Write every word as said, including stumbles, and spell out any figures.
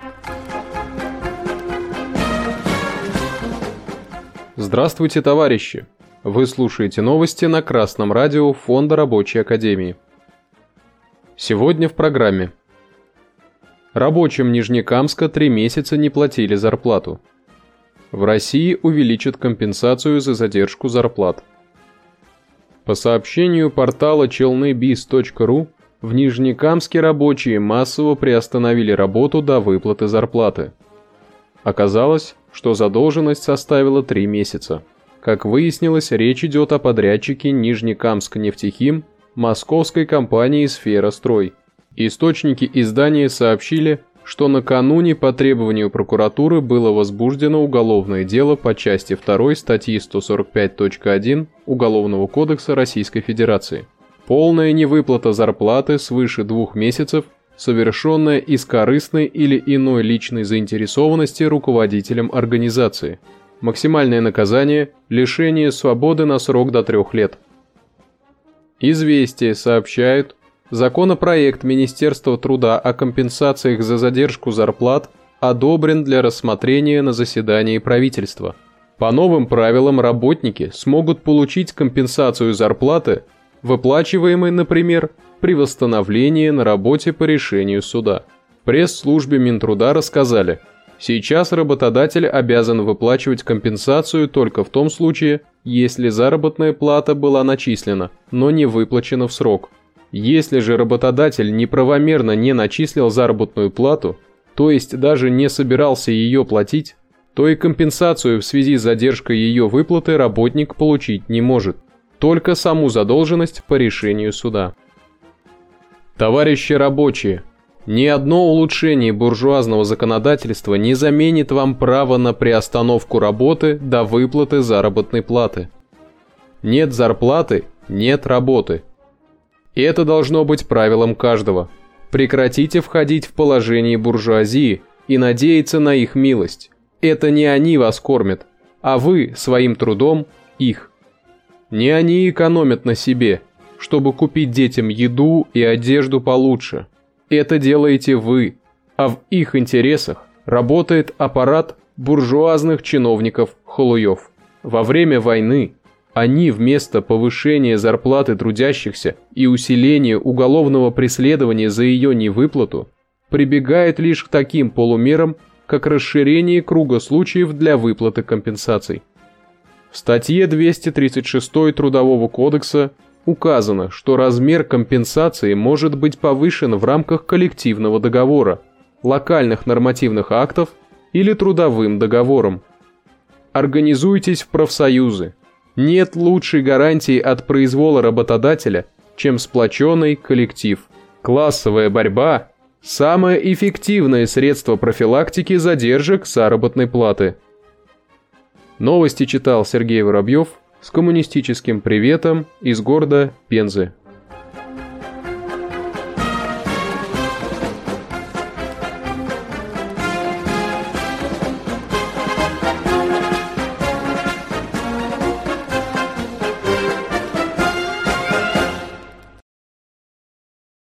Здравствуйте, товарищи! Вы слушаете новости на Красном радио Фонда Рабочей Академии. Сегодня в программе. Рабочим Нижнекамска три месяца не платили зарплату. В России увеличат компенсацию за задержку зарплат. По сообщению портала челныбиз точка ру, в Нижнекамске рабочие массово приостановили работу до выплаты зарплаты. Оказалось, что задолженность составила три месяца. Как выяснилось, речь идет о подрядчике Нижнекамскнефтехим московской компании «Сфера-Строй». Источники издания сообщили, что накануне по требованию прокуратуры было возбуждено уголовное дело по части второй статьи сто сорок пять точка один Уголовного кодекса Российской Федерации. Полная невыплата зарплаты свыше двух месяцев, совершенная из корыстной или иной личной заинтересованности руководителем организации. Максимальное наказание – лишение свободы на срок до трех лет. Известия сообщают, законопроект Министерства труда о компенсациях за задержку зарплат одобрен для рассмотрения на заседании правительства. По новым правилам работники смогут получить компенсацию зарплаты, выплачиваемой, например, при восстановлении на работе по решению суда. В пресс-службе Минтруда рассказали, сейчас работодатель обязан выплачивать компенсацию только в том случае, если заработная плата была начислена, но не выплачена в срок. Если же работодатель неправомерно не начислил заработную плату, то есть даже не собирался ее платить, то и компенсацию в связи с задержкой ее выплаты работник получить не может, только саму задолженность по решению суда. Товарищи рабочие, ни одно улучшение буржуазного законодательства не заменит вам право на приостановку работы до выплаты заработной платы. Нет зарплаты – нет работы. И это должно быть правилом каждого. Прекратите входить в положение буржуазии и надеяться на их милость. Это не они вас кормят, а вы своим трудом их. Не они экономят на себе, чтобы купить детям еду и одежду получше. Это делаете вы, а в их интересах работает аппарат буржуазных чиновников-халуев. Во время войны они вместо повышения зарплаты трудящихся и усиления уголовного преследования за ее невыплату прибегают лишь к таким полумерам, как расширение круга случаев для выплаты компенсаций. В статье двести тридцать шесть Трудового кодекса указано, что размер компенсации может быть повышен в рамках коллективного договора, локальных нормативных актов или трудовым договором. Организуйтесь в профсоюзы. Нет лучшей гарантии от произвола работодателя, чем сплоченный коллектив. Классовая борьба – самое эффективное средство профилактики задержек заработной платы. Новости читал Сергей Воробьев с коммунистическим приветом из города Пензы.